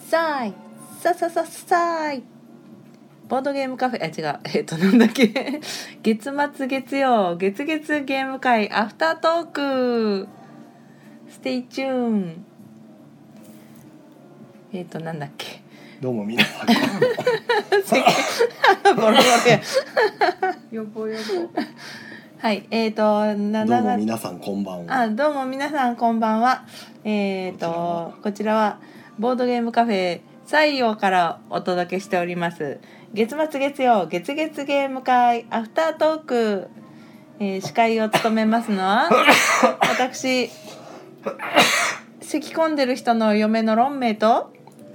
さいさいボードゲームカフェなんだっけ月末月曜月ゲーム会アフタートークステイチューンなんだっけどうも皆さんボロボロやよぼはいどうも皆さんこんばんは。 どうも皆さんこんばんは。こちらはボードゲームカフェ西洋からお届けしております月末月曜月ゲーム会アフタートーク、司会を務めますのは私咳込んでる人の嫁のロンメイと、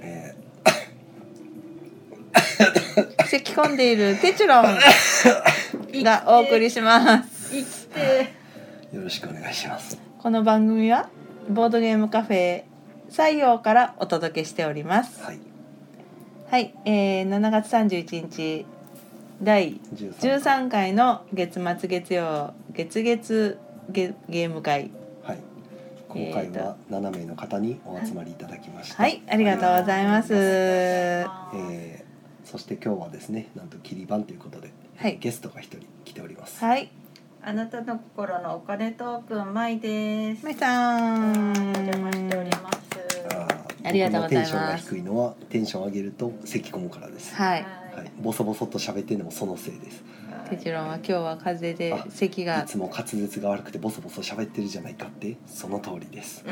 咳込んでいるテチュロンがお送りします。 よろしくお願いします。 この番組はボードゲームカフェ西洋からお届けしております。 はい、 はい、7月31日第13回の月末月曜月ゲーム会、 はい、今回は7名の方にお集まりいただきました。 はい、ありがとうございます。 そして今日はですね、なんと切り番ということで、 はい、 ゲストが一人来ております。 はい、 あなたの心のお金トークンまいです。 まいさん、 お邪魔しております。 ありがとうございます。 僕のテンションが低いのはテンション上げると咳込むからです。 はい、 はい、ボソボソと喋ってるのもそのせいです。 テチロンは今日は風邪で咳がいつも滑舌が悪くてボソボソ喋ってるじゃないかって、その通りです。はい、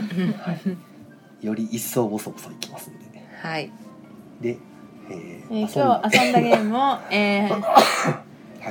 より一層ボソボソいきますんでね。 はい。 で、 今日遊んだゲームを、はい、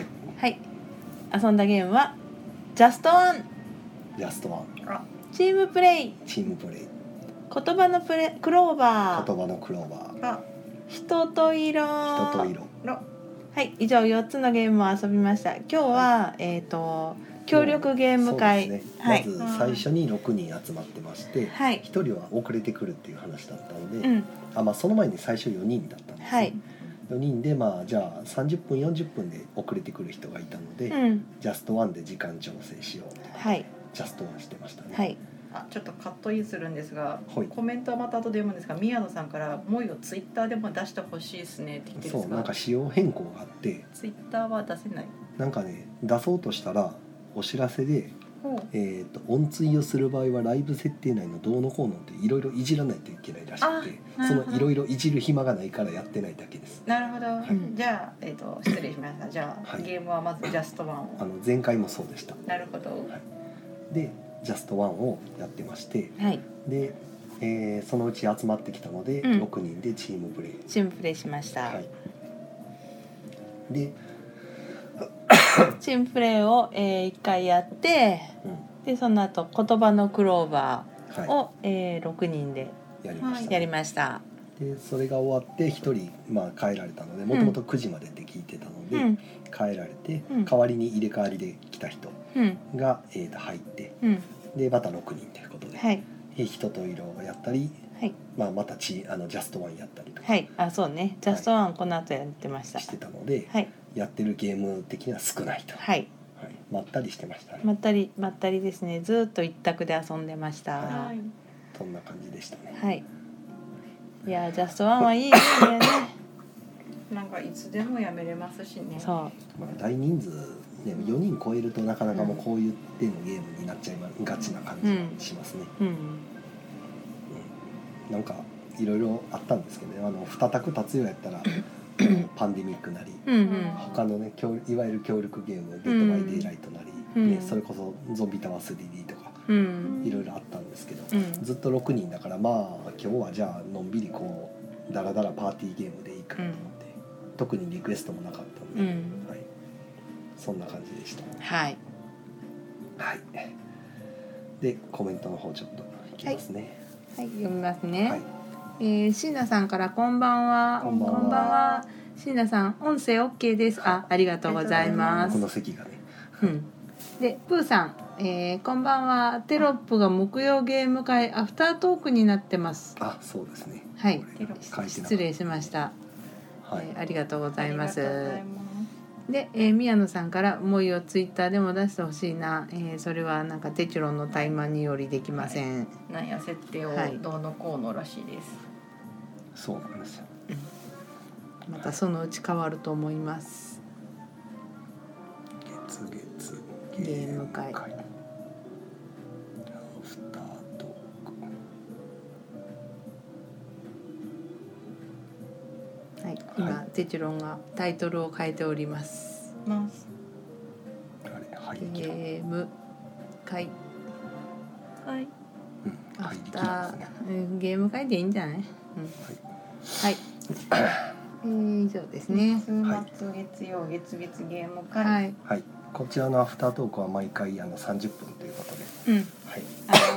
はい、遊んだゲームはジャストワンチームプレイ言葉のクローバー人と色はい、以上4つのゲームを遊びました。今日は、協力ゲーム会、 ね、はい、まず最初に6人集まってまして、 はい、 1人は遅れてくるっていう話だったので、その前に最初4人だったんです、はい、4人でじゃあ30分40分で遅れてくる人がいたので、ジャストワンで時間調整しようと、はい、ジャストワンしてましたね。はい、 ちょっとカットインするんですが、コメントはまた後で読むんですが、宮野さんからもうよツイッターでも出してほしいですねって言ってるんですが、 そうなんか仕様変更があって、 ツイッターは出せない、 なんかね出そうとしたらお知らせで、音追をする場合はライブ設定内のどうのこうのっていろいろいじらないといけないらしくて、そのいろいろいじる暇がないからやってないだけです。 なるほど、はい、じゃあ、失礼しました。じゃあ、はい、ゲームはまずジャストワンを、 前回もそうでした。 なるほど、はい、 でジャストワンをやってまして、はい、で、そのうち集まってきたので、6人でチームプレイしました。はい、 でチームプレイを、1回やって、でその後言葉のクローバーを、6人でやりました。 でそれが終わって1人、帰られたので、もともと9時までって聞いてたので、帰られて、代わりに入れ替わりで来た人が、入って、でまた6人ということで、はい、人と色をやったり、はい、またジャストワンやったりとか、はい、 そうね、ジャストワンこの後やってました、 してたので、はい、やってるゲーム的には少ないと、はい、はい、まったりしてましたね。まったりですね。ずっと一択で遊んでました。はい、 そんな感じでしたね。 はい。いやジャストワンはいいゲームやね。 なんかいつでもやめれますしね。 そう。 大人数ね、4人超えるとなかなかもうこういう手のゲームになっちゃいがちな感じがしますね。なんかいろいろあったんですけどね、2択立つようやったらパンデミックなり、他のねいわゆる協力ゲームデッドバイデイライトなり、ね、それこそゾンビタワー 3D とか、いろいろあったんですけど、ずっと6人だから今日はじゃあのんびりこうダラダラパーティーゲームでいいかなと思って、特にリクエストもなかったんで、はい、そんな感じでした。はい。はい。でコメントの方ちょっといきますね。 はい、読みますね。はい。椎名さんからこんばんは。こんばんは。椎名さん音声 OK です。ありがとうございます。 この席がね。 でプーさん、こんばんは。テロップが木曜ゲーム会アフタートークになってます。 そうですね。 はい。失礼しました。はい、ありがとうございます。で、宮野さんから思いをツイッターでも出してほしいな、それはなんかテチロンの怠慢によりできません。 なんや設定をどうのこうのらしいです。 そうなんですよ、 またそのうち変わると思います。 月ゲーム会、 アフタートーク。はい、今テチロンがタイトルを変えております。ゲーム会、 はい、 アフター、ゲーム会でいいんじゃない？はい。以上ですね。 週末月曜月月ゲーム会。 はい。 はい。こちらのアフタートークは毎回30分ということで。はい。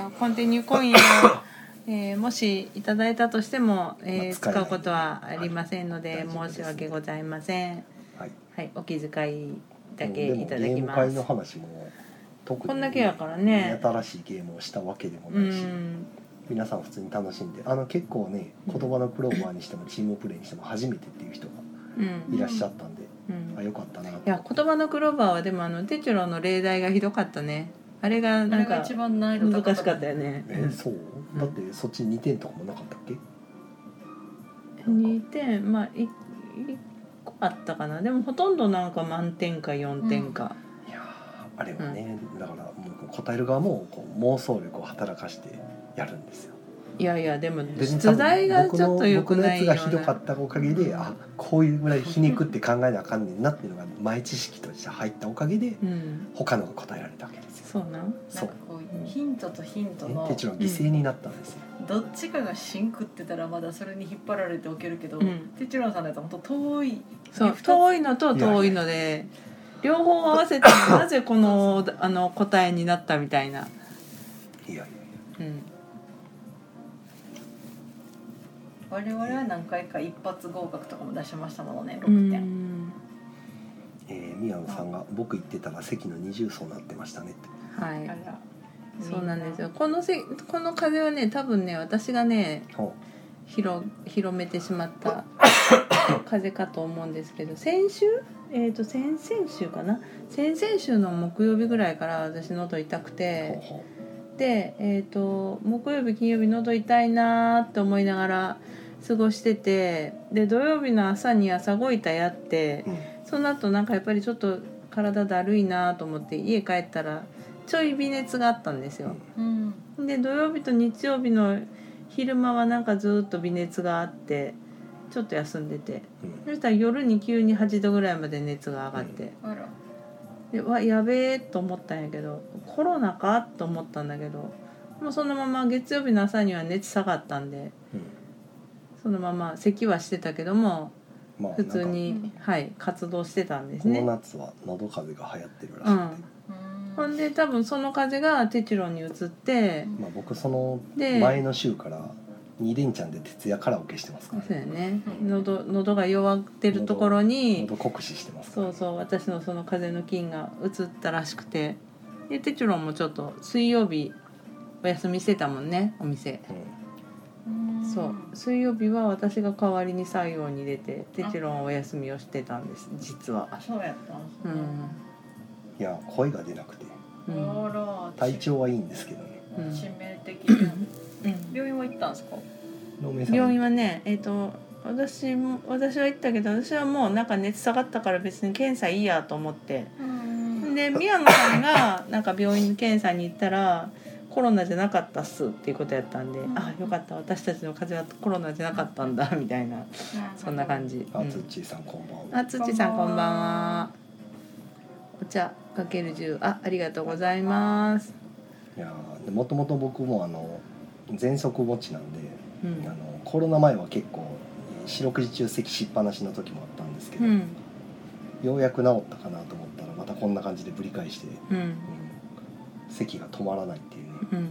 コンティニューコインを、もしいただいたとしても、使うことはありませんので、申し訳ございません。はい。はい。お気遣いだけいただきます。 ゲーム会の話も特にこんだけやからね。 新しいゲームをしたわけでもないし。皆さん普通に楽しんで結構ね言葉のクローバーにしてもチームプレイにしても初めてっていう人がいらっしゃったんで、よかったなと。 いや言葉のクローバーはでもテチロの例題がひどかったね。あれがなんか一番難易度難しかったよね。 そうだってそっち2点とかもなかったっけ ？2点まあ1個あったかな。でもほとんどなんか満点か4点か、 いやあれはね、だからもう答える側もこう妄想力を働かしてやるんですよ。 いやいやでも出題がちょっと良くないような。 僕のやつがひどかったおかげで、こういうぐらいひねくって考えなあかんねんなっていうのが前知識として入ったおかげで、他のが答えられたわけですよ。 そうなん？ そう。ヒントとヒントのテチロン犠牲になったんですよ。 どっちかがシンクってたらまだそれに引っ張られておけるけど、テチロンさんのやつは本当遠い。 そう遠いのと遠いので両方合わせてなぜこの答えになったみたいな。 いやいや。 我々は何回か一発合格とかも出しましたものね、6点。 宮野さんが僕言ってたら席の20層になってましたねって。 はい。そうなんですよ。この風はね多分ね私がね広めてしまった風かと思うんですけど、先週先々週かな、先々週の木曜日ぐらいから私喉痛くて、で木曜日金曜日喉痛いなって思いながら過ごしてて、で土曜日の朝に朝ごいたやって、その後なんかやっぱりちょっと体だるいなと思って家帰ったらちょい微熱があったんですよ、で土曜日と日曜日の昼間はなんかずっと微熱があってちょっと休んでて、そしたら夜に急に8度ぐらいまで熱が上がって、でやべえと思ったんやけど、コロナかと思ったんだけど、もうそのまま月曜日の朝には熱下がったんで、そのまま咳はしてたけども、普通に、活動してたんですね。 この夏は喉風邪が流行ってるらしくて、 ほんで多分その風がテチロンに移って、 僕その前の週から2連チャンで徹夜カラオケしてますから、 そうやね、喉が弱ってるところに喉酷使してますから、 そう私のその風邪の菌が移ったらしくて、でテチロンもちょっと水曜日お休みしてたもんね、お店、そう水曜日は私が代わりに作業に出てテチロンはお休みをしてたんです、実は。 そうやったんですね。 いや声が出なくて、体調はいいんですけどね、 致命的じゃん。病院は行ったんですか？ 病院はね、私は行ったけど、私はもうなんか熱下がったから別に検査いいやと思って、で宮野さんがなんか病院検査に行ったらコロナじゃなかったっすっていうことやったんで、あよかった、私たちの風邪はコロナじゃなかったんだみたいな、そんな感じ。 つっちーさんこんばんは。 つっちーさんこんばんは。お茶かける10、ありがとうございます。 いやもともと僕も喘息持ちなんで、コロナ前は結構四六時中咳しっぱなしの時もあったんですけど、ようやく治ったかなと思ったらまたこんな感じでぶり返して、咳が止まらないっていうね、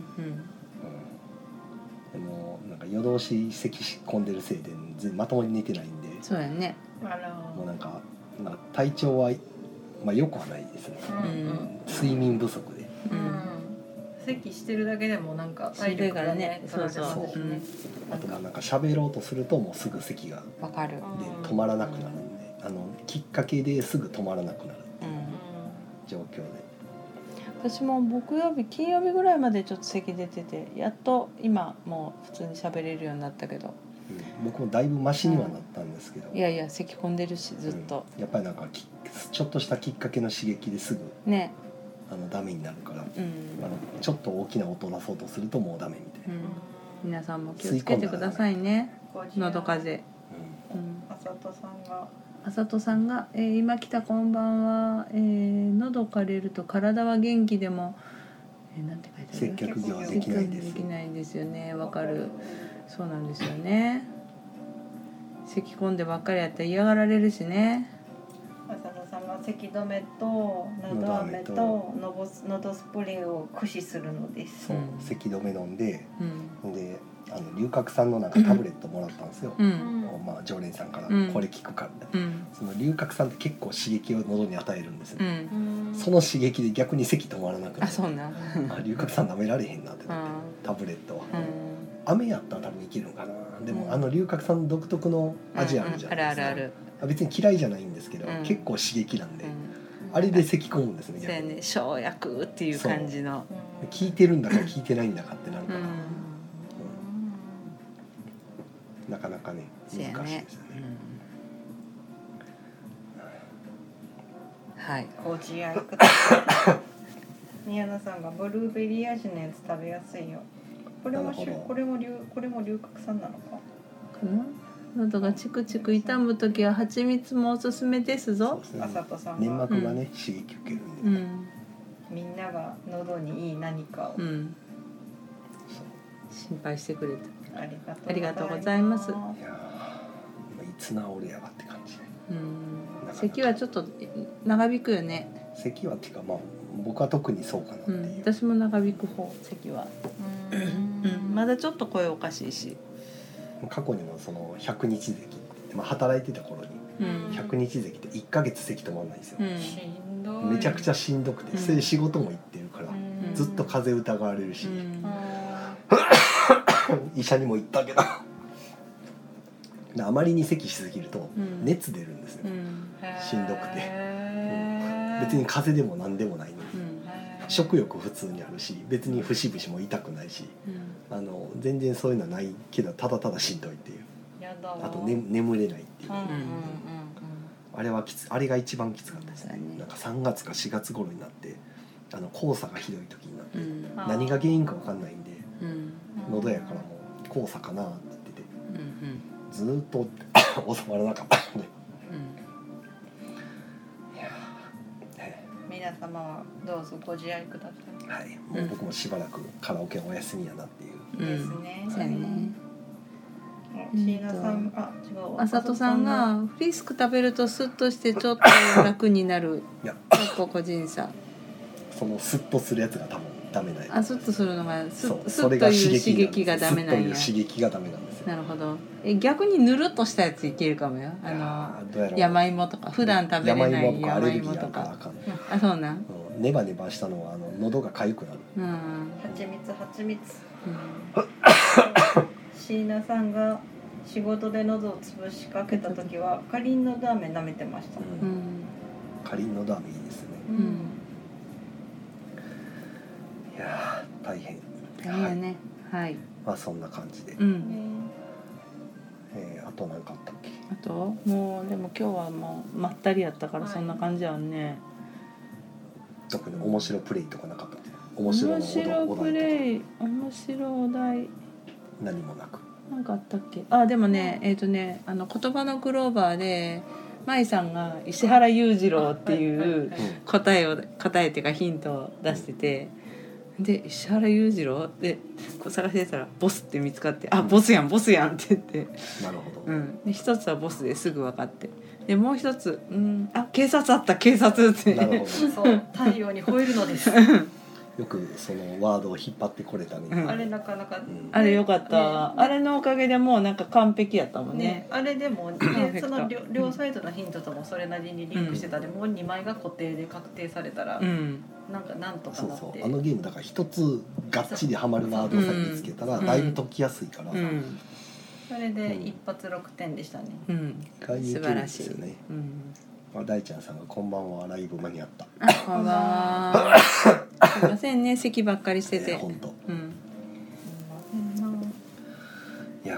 でもなんか夜通し咳し込んでるせいでまともに寝てないんで、 そうやね、 もうなんか体調は良くはないですね、睡眠不足で、 咳してるだけでもなんか体力がね、 そうあとなんか喋ろうとするともうすぐ咳がわかる、 で止まらなくなるんで、きっかけですぐ止まらなくなるっていう状況で、 私も木曜日金曜日ぐらいまでちょっと咳出てて、やっと今もう普通に喋れるようになったけど、 僕もだいぶマシにはなったんですけど、 いやいや咳込んでるしずっと、 やっぱりなんかちょっとしたきっかけの刺激ですぐねダメになるから、ちょっと大きな音出そうとするともうダメみたいな、 皆さんも気をつけてくださいね、喉風邪。あさとさんが、今来たこんばんは、喉枯れると体は元気でも、なんて書いてある？ 接客業はできないです。 できないですよね。わかる。そうなんですよね。咳込んでばっかりやったら嫌がられるしね。 浅田さんが咳止めと喉飴と喉スプレーを駆使するのです。 そう、咳止め飲んで、で龍角散のなんかタブレットもらったんですよ、まあ、常連さんから、これ効くから、その龍角散って結構刺激を喉に与えるんですよ、その刺激で逆に咳止まらなくなって、龍角散舐められへんなってなって、タブレットは、飴やったら多分いけるんかな。でも龍角散独特の味あるじゃないですか、別に嫌いじゃないんですけど、結構刺激なんで、あれで咳込むんですね。 そうやね、生薬っていう感じの、 効いてるんだか効いてないんだかってなるから、なかなかね難しいですよね。 はい。 ご自愛く宮野さんがブルーベリー味のやつ食べやすいよ。これも龍角散なのか。 喉がチクチク痛むときは蜂蜜もおすすめですぞ。 あさとさんが粘膜がね、刺激受けるんで、 みんなが喉にいい何かを、 心配してくれた。 ありがとうございます。 いやいつ治るやらって感じ。 咳はちょっと長引くよね。 咳はっていうか、まあ僕は特にそうかなっていう、 私も長引く方、咳は。まだちょっと声おかしいし。 過去にもその100日咳、働いてた頃に100日咳って1ヶ月咳止まんないんですよ、めちゃくちゃしんどくて、それで仕事も行ってるから、ずっと風邪疑われるし、医者にも行ったけどあまりに咳しすぎると熱出るんですよ、しんどくて、別に風邪でも何でもないのに、食欲普通にあるし、別に節々も痛くないし、全然そういうのはないけど、ただただしんどいっていう、あと、眠れないっていう、あれはあれが一番きつかったですね。なんか3月か4月頃になって黄砂がひどい時になって、何が原因か分かんないんで、喉やからもう黄砂かなって言ってて、ずーっと収まらなかったので、 皆様はどうぞご自愛ください。 はい、もう僕もしばらくカラオケお休みやなっていう。 ですね。 そうやね。 椎名さん、 あさとさんがフリスク食べるとスッとしてちょっと楽になる。個人差。 そのスッとするやつが多分ダメない。 スッとするのがスッという刺激がダメなんや。 刺激がダメなんですよ。 なるほど。逆にぬるっとしたやついけるかもよ。山芋とか普段食べれない山芋とか。そうなん。 ネバネバしたのは喉が痒くなる。 蜂蜜。椎名さんが仕事で喉を潰しかけた時はかりんのど飴舐めてました。 かりんのど飴いいですね。いや大変。 大変ね。はい。 まあそんな感じで。あと何かあったっけ？ あともうでも今日はもうまったりやったからそんな感じやんね。 特に面白プレイとかなかった。 面白プレイ、面白お題。 何もなく。なんかあったっけ？でもね、言葉のクローバーで舞さんが石原裕次郎っていう答えっていうかヒントを出してて、で石原裕次郎でこう探してたらボスって見つかって、ボスやんって言って、 なるほど。 で一つはボスですぐ分かって。でもう一つ、警察あった警察って。 なるほど。 そう太陽に吠えるのです。 よくそのワードを引っ張ってこれたね。 あれなかなか、 あれよかった、あれのおかげでもうなんか完璧やったもんね。 あれでもその両サイドのヒントともそれなりにリンクしてたで、もう2枚が固定で確定されたら、なんとかなって。 そうゲームだから一つがっちりハマるワードをさえ見つけたらだいぶ解きやすいから、 それで一発6点でしたね。 素晴らしい。 大ちゃんさんがこんばんはライブ間に合った。 こんばんは。すいませんね、咳ばっかりしてて。 本当。いや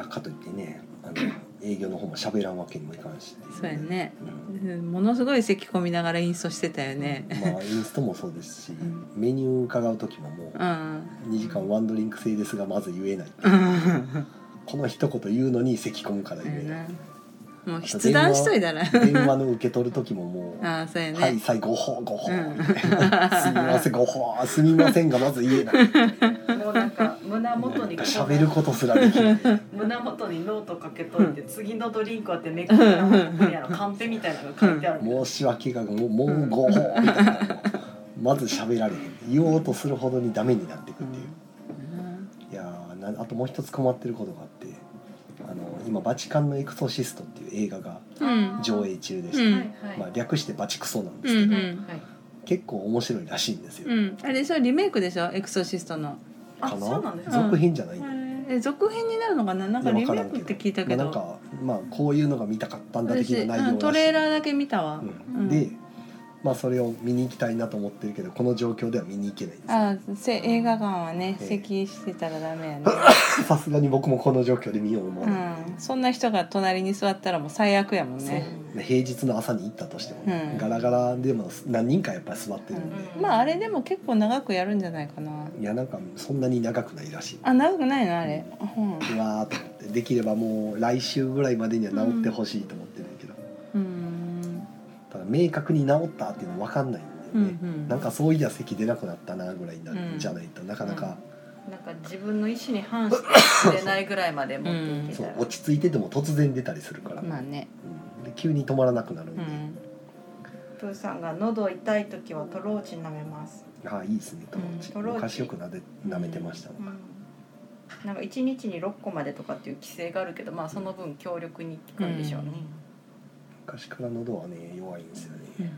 かといってね営業の方も喋らんわけにもいかんし、 そうやね、ものすごい咳込みながらインストしてたよね。 まあインストもそうですし、メニュー伺う時ももう2時間ワンドリンク制ですがまず言えないってこの一言言うのに咳込むから言えない。 もう筆談しといたら電話の受け取る時ももうそうやね、 はい最後ごほすみませんすみませんがまず言えないもうなんか胸元に喋ることすらできない胸元にノートかけといて次のドリンクはってめくったらここにカンペみたいなのが書いてある、 申し訳がもうごほみたいなまず喋られへん言おうとするほどにダメになっていくっていう、いやあともう一つ困ってることがあって、今バチカンのエクソシストっていう映画が上映中でして、まあ、略してバチクソなんですけど、結構面白いらしいんですよ、 あれでしょリメイクでしょエクソシストのかな、そうなんですか、続編じゃないの、続編になるのかな、なんかリメイクって聞いたけど、 なんかまあこういうのが見たかったんだ的な内容らしい、 トレーラーだけ見たわ、 でまあそれを見に行きたいなと思ってるけどこの状況では見に行けないんですよ。 映画館はね、咳してたらダメやねさすがに僕もこの状況で見よう思う、 そんな人が隣に座ったらもう最悪やもんね。 平日の朝に行ったとしても、ガラガラでも何人かやっぱり座ってるんで、 まああれでも結構長くやるんじゃないかな。 いやなんかそんなに長くないらしい。 長くないのあれ、 うわーと思ってできればもう来週ぐらいまでには治ってほしいと思ってるけど、ただ明確に治ったっていうの分かんないんでね、なんかそういや咳出なくなったなぐらいになるんじゃないと、なかなか、 なんか自分の意思に反して出ないぐらいまで持っていけたら、 そう落ち着いてても突然出たりするから、 まあね、 で急に止まらなくなるんで、 プーさんが喉痛い時はトローチ舐めます。 ああいいですねトローチ、昔よく舐めてました、 なんか1日に6個までとかっていう規制があるけど、まあその分強力に効くんでしょうね、 昔から喉はね弱いんですよね、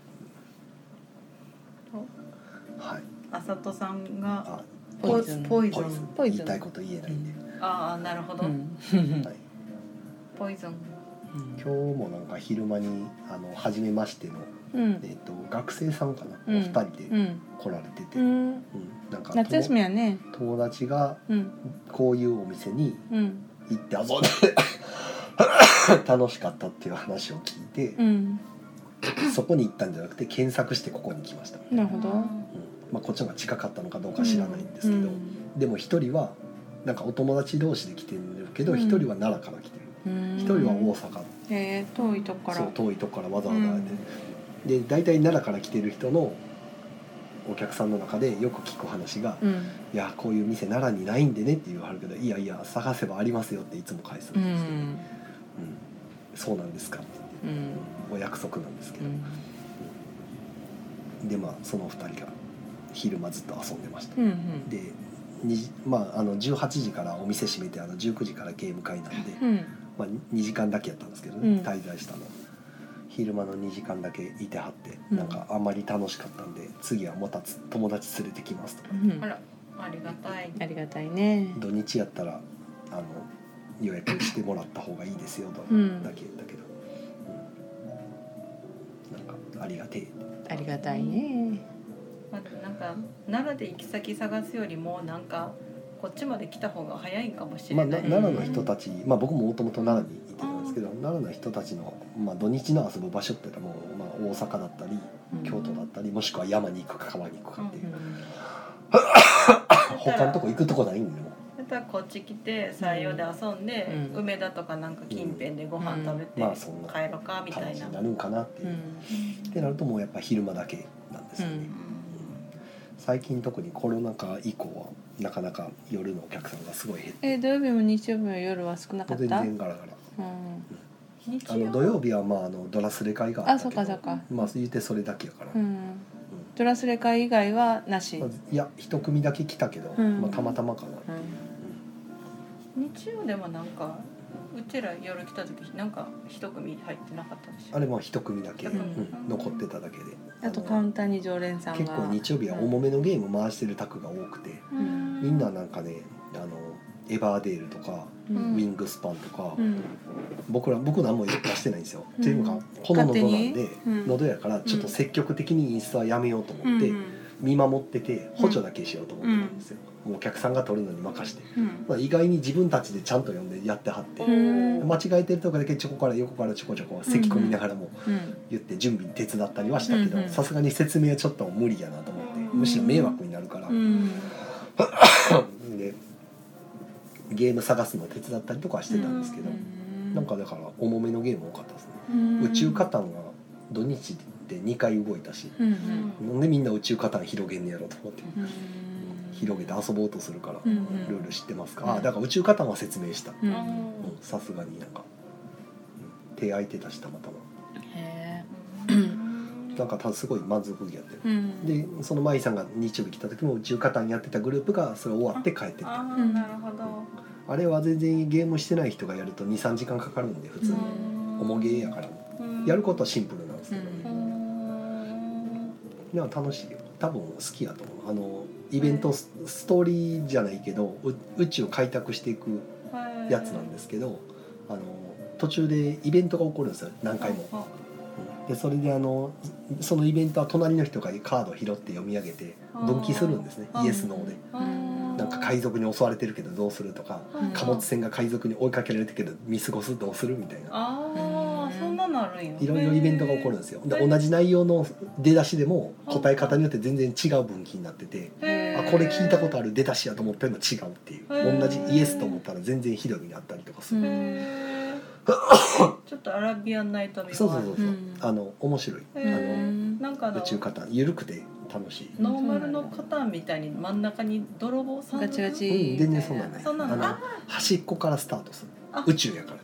はい、 あさとさんがポイズン言いたいこと言えないんで、 ああなるほど、はい、ポイズン、 今日もなんか昼間に初めましての、学生さんかな、お二人で来られてて、なんか夏休みはね友達がこういうお店に行って遊んで楽しかったっていう話を聞いて、そこに行ったんじゃなくて検索してここに来ました。 なるほど、 まあ、こっちの方が近かったのかどうか知らないんですけど、でも一人はなんかお友達同士で来てるけど一人は奈良から来てる、一人は大阪、 遠いとこから、 そう遠いとこからわざわざで大体奈良から来てる人のお客さんの中でよく聞く話が、いやこういう店奈良にないんでねって言わはるけど、いやいや探せばありますよっていつも返すんですよね、そうなんですかって言って、お約束なんですけど、でまあその2人が昼間ずっと遊んでました、でまあ、18時からお店閉めて19時からゲーム会なんで、まあ、2時間だけやったんですけどね、滞在したの昼間の2時間だけいてはって、なんかあんまり楽しかったんで次はまた友達連れてきますとか、 あらありがたい、 ありがたいね。 土日やったら予約してもらった方がいいですよとだけ言ったけど、なんかありがてえ、 ありがたいね。 なんか奈良で行き先探すよりもなんかこっちまで来た方が早いかもしれない、 奈良の人たち、まあ、僕ももともと奈良にいてたんですけど、奈良の人たちの、まあ、土日の遊ぶ場所って言ったらもう、まあ、大阪だったり京都だったり、もしくは山に行くか川に行くかっていう、他のとこ行くとこないんでもだったらこっち来て採用で遊んで、梅田とかなんか近辺でご飯食べて、 まあそんな帰ろうかみたいな感じになるんかなっていう、ってなるともうやっぱ昼間だけなんですよね、最近特にコロナ禍以降はなかなか夜のお客さんがすごい減って、 土曜日も日曜日も夜は少なかった。 全然ガラガラ、土曜日はまあドラスレ会があったけど、 そうかまあ言うてそれだけやから、 ドラスレ会以外はなし、 いや一組だけ来たけど、まあ、たまたまかな、 日曜でもなんかうちら夜来た時なんか一組入ってなかったんですよ。 あれも一組だけ、残ってただけで、 あとカウンターに常連さんが結構日曜日は重めのゲーム回してる卓が多くて、みんななんかねエバーデールとか、ウィングスパンとか、僕何も出してないんですよ、っていうのがこの喉なんで、喉やからちょっと積極的にインスタはやめようと思って、見守ってて補助だけしようと思ってたんですよ、 お客さんが取るのに任して、まあ、意外に自分たちでちゃんと読んでやってはって、間違えてるとこだけちょこから横からちょこちょこ咳込みながらも言って準備に手伝ったりはしたけど、さすがに説明はちょっと無理やなと思って、むしろ迷惑になるから、でゲーム探すのを手伝ったりとかはしてたんですけど、なんかだから重めのゲーム多かったですね。宇宙カタンが土日で2回動いたし、なんでみんな宇宙カタン広げんねやろと思って、広げて遊ぼうとするから、ルール知ってますか？あ、だから宇宙カタンは説明した。さすがになんか、手空いてたし、たまたま。なんかすごい満足げやってる、でその舞さんが日曜日来た時も宇宙カタンやってたグループがそれ終わって帰ってった。 なるほど。 あれは全然ゲームしてない人がやると 2,3 時間かかるんで、普通に重ゲーやからやることはシンプルなんですけどね。でも楽しいよ、多分好きやと思う。イベントストーリーじゃないけど宇宙を開拓していくやつなんですけど、途中でイベントが起こるんですよ、何回も。でそれでそのイベントは隣の人がカードを拾って読み上げて分岐するんですね、イエスノーで。なんか海賊に襲われてるけどどうするとか、貨物船が海賊に追いかけられてるけど見過ごすどうするみたいな、 そんなのあるんや。 いろいろイベントが起こるんですよ。で同じ内容の出だしでも答え方によって全然違う分岐になってて、あこれ聞いたことある出だしやと思ったの違うっていう、同じイエスと思ったら全然ひどいになったりとかする。 ちょっとアラビアンナイトみたいな。 そう面白い。 なんか宇宙カタン緩くて楽しい。 ノーマルのカタンみたいに真ん中に泥棒さんガチガチ、 全然そんなんない。端っこからスタートする。宇宙やから、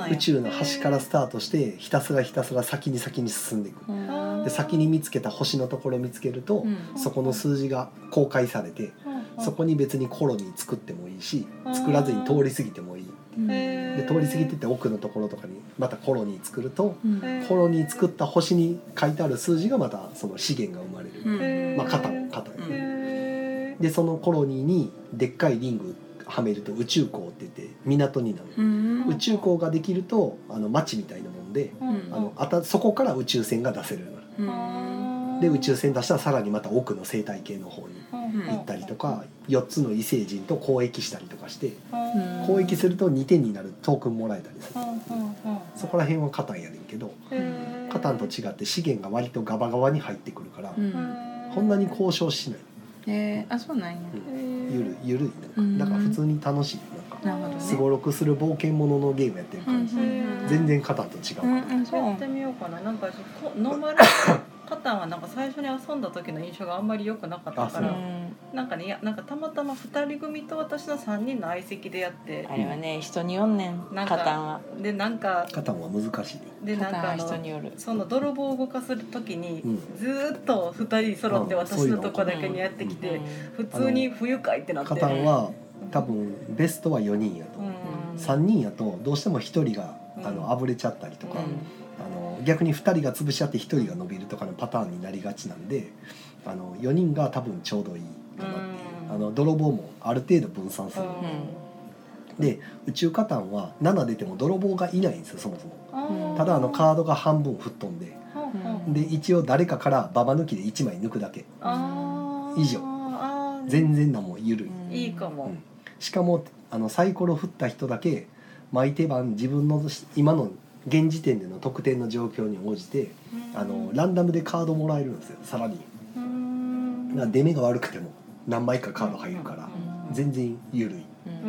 宇宙の端からスタートしてひたすら先に進んでいく。で先に見つけた星のところを見つけると、そこの数字が公開されて、そこに別にコロニー作ってもいいし、作らずに通り過ぎてもいい。で通り過ぎてて奥のところとかにまたコロニー作ると、コロニー作った星に書いてある数字がまたその資源が生まれる、まあカタンでそのコロニーにでっかいリングはめると宇宙港って言って港になる、宇宙港ができると町みたいなもんで、そこから宇宙船が出せるようになる、で宇宙船出したらさらにまた奥の生態系の方に行ったりとか、4つの異星人と交易したりとかして、交易すると2点になるトークンもらえたりする。そこら辺はカタンやねんけど、カタンと違って資源が割とガバガバに入ってくるから、こんなに交渉しない。 あ、そうなんや。 ゆるいだから普通に楽しい。なんかすごろくする冒険者のゲームやってる感じ、全然カタンと違うから、 やってみようかな。なんかノーマルカタンはなんか最初に遊んだ時の印象があんまり良くなかったから、なんかね、なんかたまたま2人組と私の3人の相席でやって、 あれはね人によんねん、カタンは。 でなんかカタンは難しい。 でなんか人による。 その泥棒を動かす時に、ずっと2人揃って私のとこだけにやってきて、普通に不愉快ってなって。 カタンは多分ベストは4人やと、3人やとどうしても1人があぶれちゃったりとか、逆に2人が潰し合って1人が伸びるとかのパターンになりがちなんで、4人が多分ちょうどいいかなっていう、泥棒もある程度分散する、で宇宙カタンは7出ても泥棒がいないんですよ、そもそも。ただカードが半分吹っ飛んで、で一応誰かからババ抜きで1枚抜くだけ以上、全然なもゆるい。 いいかも。 しかもサイコロ振った人だけ毎手番自分の今の現時点での得点の状況に応じてランダムでカードもらえるんですよ、さらに。だから出目が悪くても何枚かカード入るから全然ゆるい。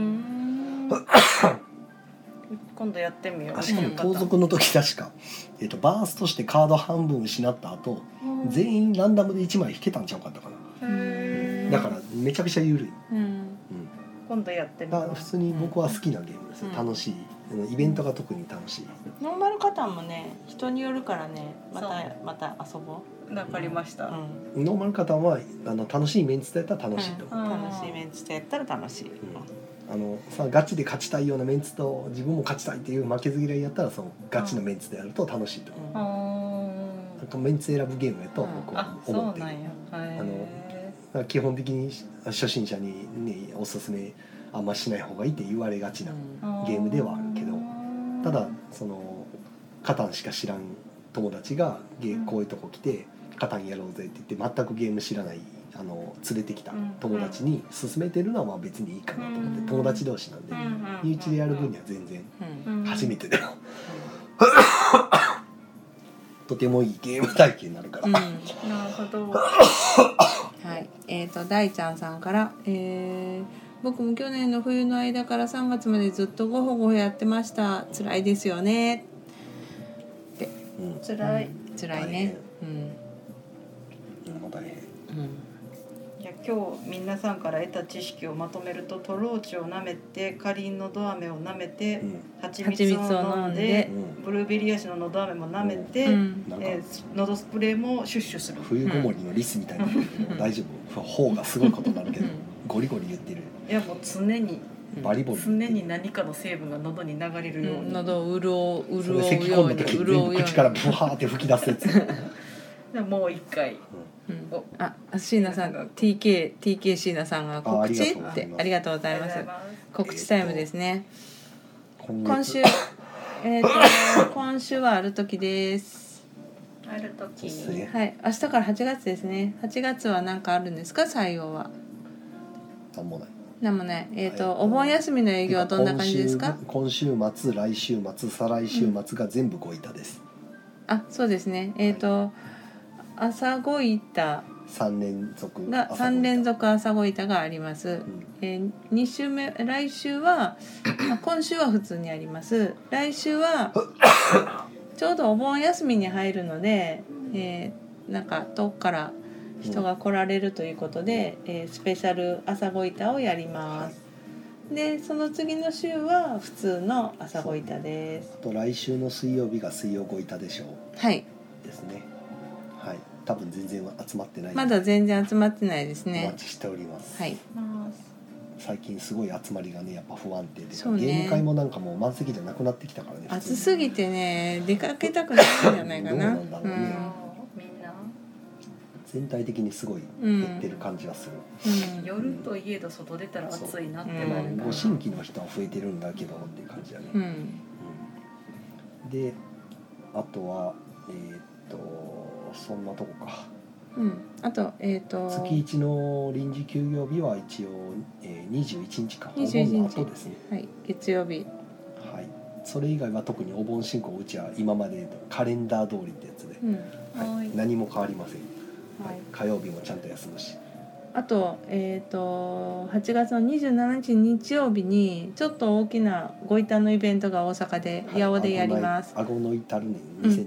今度やってみよう。 しかも盗賊の時確か、バーストしてカード半分失った後、全員ランダムで1枚引けたんちゃうかったかな。だからめちゃくちゃゆるい。 今度やってみよう。 普通に僕は好きなゲームですよ、楽しい。イベントが特に楽しい。 ノーマルカタンもね人によるからね、また遊ぼう。わかりました。 ノーマルカタンは楽しいメンツでやったら楽しいと思う。 楽しいメンツでやったら楽しい。 ガチで勝ちたいようなメンツと自分も勝ちたいっていう負けず嫌いやったら、そのガチのメンツでやると楽しいと思う。メンツ選ぶゲームやと僕は思ってる。基本的に初心者に、ね、おすすめあんましない方がいいって言われがちなゲームではあるけど、ただそのカタンしか知らん友達がこういうとこ来てカタンやろうぜって言って全くゲーム知らない連れてきた友達に勧めてるのはまあ別にいいかなと思って、友達同士なんで、身内でやる分には全然初めてでもとてもいいゲーム体験になるから、 なるほど。 はい、大ちゃんさんから、僕も去年の冬の間から3月までずっとゴホゴホやってました。辛いですよねって、 辛いね。 大変。 いや今日皆さんから得た知識をまとめると、トローチを舐めて、かりんのど飴を舐めて、蜂蜜を飲んで、ブルーベリー味ののど飴も舐めて、のどスプレーもシュッシュする。 冬ごもりのリスみたいなの大丈夫？方がすごいことになるけど、ゴリゴリ言ってる。 いやもう常にバリボリ常に何かの成分が喉に流れるように、 喉を潤うように、 咳込む時全部口からブワーって吹き出すやつ。 でもう一回、 椎名さんが TK 椎名さんが告知ってありがとうございます。告知タイムですね。今週今週はある時です。 ある時、 はい、明日から8月ですね。8月は何かあるんですか？採用はなんもない。 お盆休みの営業はどんな感じですか？ 今週末、来週末、再来週末が全部ご板です。 そうですね。朝ご板 3連続が3連続朝ご板があります。2週目、来週は今週は普通にあります。来週はちょうどお盆休みに入るので、なんか遠くから人が来られるということで、スペシャル朝ご板をやります。でその次の週は普通の朝ご板です。 あと来週の水曜日が水曜ご板でしょう。 はいですね。はい、多分全然集まってない。 まだ全然集まってないですね。 お待ちしております。 はい。 最近すごい集まりがねやっぱ不安定で、 そうね、 ゲーム会もなんかもう満席じゃなくなってきたからね。 暑すぎてね出かけたくないんじゃないかな。 どうなんだろうね。 みんな全体的にすごい減ってる感じがする。 夜といえど外出たら暑いなってなるから。 ご新規の人は増えてるんだけどっていう感じだね。で、あとはそんなとこか。 あと月一の臨時休業日は一応、21日か。 21日お盆の後ですね。 はい、月曜日。 はい。それ以外は特にお盆進行うちは今までカレンダー通りってやつで、何も変わりません。火曜日もちゃんと休むし。 あと、8月の27日日曜日にちょっと大きなご板のイベントが大阪で八尾でやります。 あごの至る年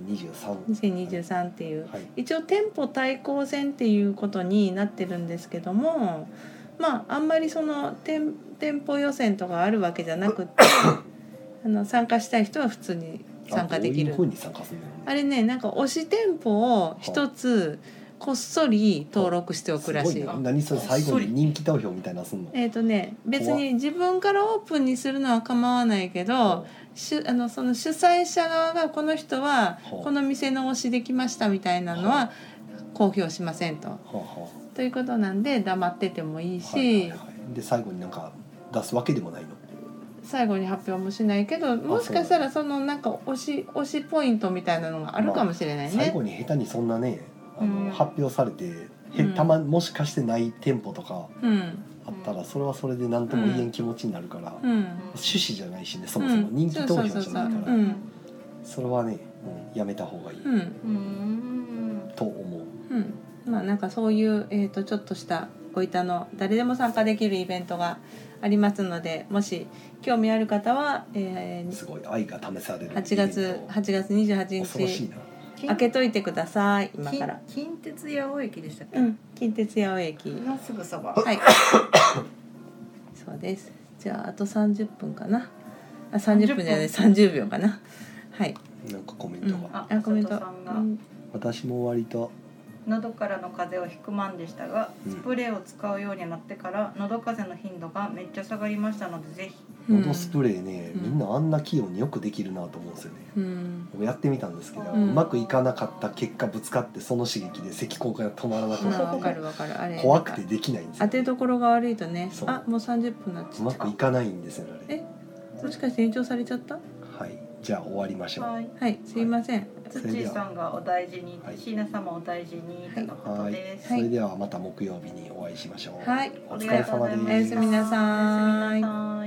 2023 っていう、一応店舗対抗戦っていうことになってるんですけども、あんまりその店舗予選とかあるわけじゃなくて参加したい人は普通に参加できる。 どういう風に参加するの？ あれね、なんか推し店舗を一つこっそり登録しておくらしい。 何それ最後に人気投票みたいなすんの？ 別に自分からオープンにするのは構わないけど、その主催者側がこの人はこの店の推しできましたみたいなのは公表しませんと。ということなんで黙っててもいいし、 で最後になんか出すわけでもないの？ 最後に発表もしないけど、もしかしたらそのなんか推しポイントみたいなのがあるかもしれないね。 最後に下手にそんなね発表されてもしかしてない店舗とかあったらそれはそれで何とも言えん気持ちになるから、趣旨じゃないしね、そもそも人気投票じゃないから、それはねやめた方がいいと思う。 なんかそういう、ちょっとしたご板の誰でも参加できるイベントがありますので、もし興味ある方は、 すごい愛が試される 8月28日開けといてください。今から近鉄八尾駅でしたっけ？ 近鉄八尾駅のすぐそば。 はいそうです。じゃああと30分かな。30分じゃない30秒かな。はい。 なんかコメントが、 コメント、 私も割と喉からの風邪をひくマンでしたが、スプレーを使うようになってから喉風邪の頻度がめっちゃ下がりましたので、ぜひ。 喉スプレーね、みんなあんな器用によくできるなと思うんですよね。やってみたんですけど、うまくいかなかった結果ぶつかってその刺激で咳効果が止まらなくなって、 わかるあれ怖くてできないんですよ。 当てどころが悪いとね、もう30分になっちゃった。 うまくいかないんですよあれ。 もしかして延長されちゃった？ はい、 じゃあ終わりましょう。 はい、すいません。 つちさんがお大事に、椎名様お大事にとのことです。 それではまた木曜日にお会いしましょう。 はい、 お疲れ様です。 おやすみなさい。